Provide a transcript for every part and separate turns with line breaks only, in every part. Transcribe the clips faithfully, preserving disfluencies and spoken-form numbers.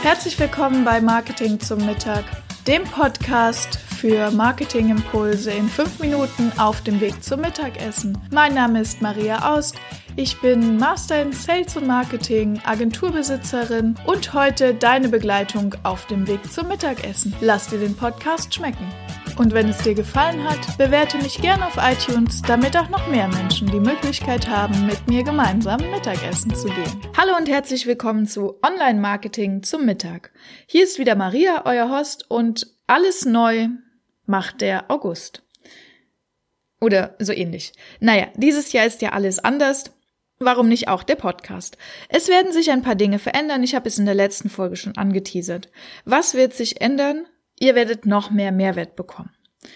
Herzlich willkommen bei Marketing zum Mittag, dem Podcast für Marketingimpulse in fünf Minuten auf dem Weg zum Mittagessen. Mein Name ist Maria Aust, ich bin Master in Sales und Marketing, Agenturbesitzerin und heute deine Begleitung auf dem Weg zum Mittagessen. Lass dir den Podcast schmecken. Und wenn es dir gefallen hat, bewerte mich gerne auf iTunes, damit auch noch mehr Menschen die Möglichkeit haben, mit mir gemeinsam Mittagessen zu gehen. Hallo und herzlich willkommen zu Online-Marketing zum Mittag. Hier ist wieder Maria, euer Host, und alles neu macht der August. Oder so ähnlich. Naja, dieses Jahr ist ja alles anders. Warum nicht auch der Podcast? Es werden sich ein paar Dinge verändern. Ich habe es in der letzten Folge schon angeteasert. Was wird sich ändern? Ihr werdet noch mehr Mehrwert bekommen.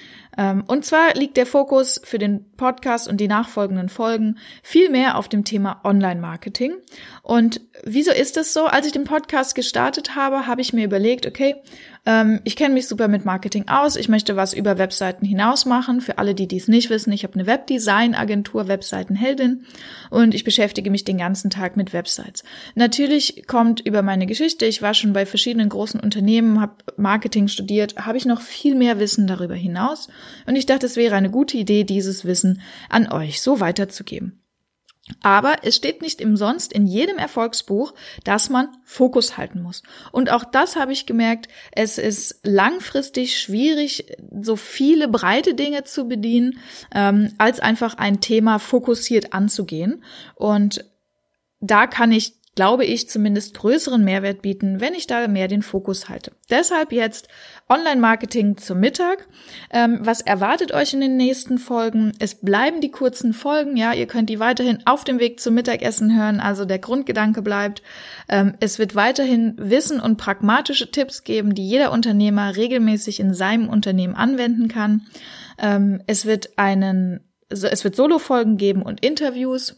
Und zwar liegt der Fokus für den Podcast und die nachfolgenden Folgen viel mehr auf dem Thema Online-Marketing. Und wieso ist das so? Als ich den Podcast gestartet habe, habe ich mir überlegt, okay, ähm, ich kenne mich super mit Marketing aus, ich möchte was über Webseiten hinaus machen. Für alle, die dies nicht wissen, ich habe eine Webdesign-Agentur, Webseitenheldin, und ich beschäftige mich den ganzen Tag mit Websites. Natürlich kommt über meine Geschichte, ich war schon bei verschiedenen großen Unternehmen, habe Marketing studiert, habe ich noch viel mehr Wissen darüber hinaus. Und ich dachte, es wäre eine gute Idee, dieses Wissen an euch so weiterzugeben. Aber es steht nicht umsonst in jedem Erfolgsbuch, dass man Fokus halten muss. Und auch das habe ich gemerkt, es ist langfristig schwierig, so viele breite Dinge zu bedienen, ähm, als einfach ein Thema fokussiert anzugehen. Und da kann ich, glaube ich, zumindest größeren Mehrwert bieten, wenn ich da mehr den Fokus halte. Deshalb jetzt Online-Marketing zum Mittag. Ähm, was erwartet euch in den nächsten Folgen? Es bleiben die kurzen Folgen, ja, ihr könnt die weiterhin auf dem Weg zum Mittagessen hören, also der Grundgedanke bleibt. Ähm, es wird weiterhin Wissen und pragmatische Tipps geben, die jeder Unternehmer regelmäßig in seinem Unternehmen anwenden kann. Ähm, es wird einen, es wird Solo-Folgen geben und Interviews.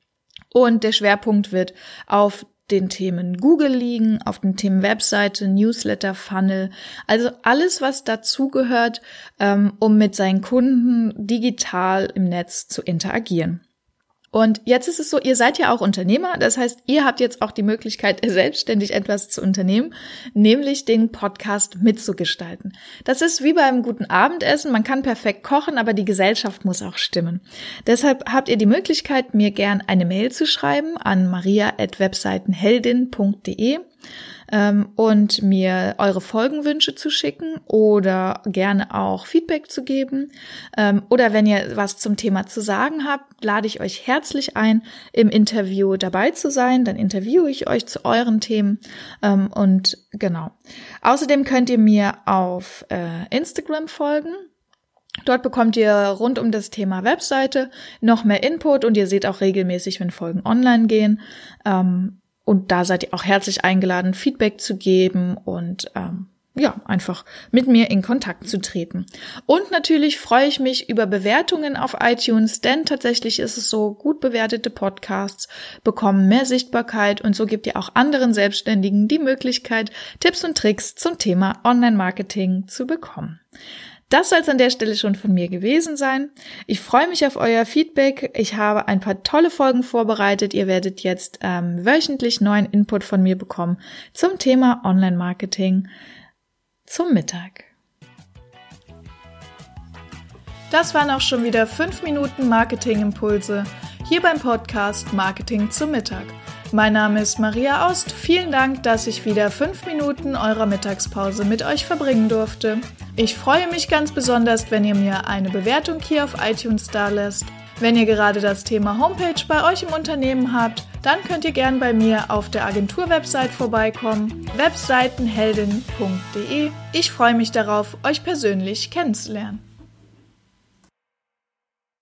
Und der Schwerpunkt wird auf den Themen Google liegen, auf den Themen Webseite, Newsletter, Funnel, also alles, was dazugehört, ähm, um mit seinen Kunden digital im Netz zu interagieren. Und jetzt ist es so, ihr seid ja auch Unternehmer, das heißt, ihr habt jetzt auch die Möglichkeit, selbstständig etwas zu unternehmen, nämlich den Podcast mitzugestalten. Das ist wie beim guten Abendessen, man kann perfekt kochen, aber die Gesellschaft muss auch stimmen. Deshalb habt ihr die Möglichkeit, mir gern eine Mail zu schreiben an maria at webseitenheldin punkt de ähm, und mir eure Folgenwünsche zu schicken oder gerne auch Feedback zu geben. Ähm, oder wenn ihr was zum Thema zu sagen habt, lade ich euch herzlich ein, im Interview dabei zu sein. Dann interviewe ich euch zu euren Themen. Ähm, und genau. Außerdem könnt ihr mir auf äh, Instagram folgen. Dort bekommt ihr rund um das Thema Webseite noch mehr Input und ihr seht auch regelmäßig, wenn Folgen online gehen. Ähm, Und da seid ihr auch herzlich eingeladen, Feedback zu geben und ähm, ja, einfach mit mir in Kontakt zu treten. Und natürlich freue ich mich über Bewertungen auf iTunes, denn tatsächlich ist es so, gut bewertete Podcasts bekommen mehr Sichtbarkeit und so gibt ihr auch anderen Selbstständigen die Möglichkeit, Tipps und Tricks zum Thema Online-Marketing zu bekommen. Das soll es an der Stelle schon von mir gewesen sein. Ich freue mich auf euer Feedback. Ich habe ein paar tolle Folgen vorbereitet. Ihr werdet jetzt ähm, wöchentlich neuen Input von mir bekommen zum Thema Online-Marketing zum Mittag. Das waren auch schon wieder fünf Minuten Marketingimpulse hier beim Podcast Marketing zum Mittag. Mein Name ist Maria Aust. Vielen Dank, dass ich wieder fünf Minuten eurer Mittagspause mit euch verbringen durfte. Ich freue mich ganz besonders, wenn ihr mir eine Bewertung hier auf iTunes dalässt. Wenn ihr gerade das Thema Homepage bei euch im Unternehmen habt, dann könnt ihr gern bei mir auf der Agentur-Website vorbeikommen, webseitenheldin punkt de. Ich freue mich darauf, euch persönlich kennenzulernen.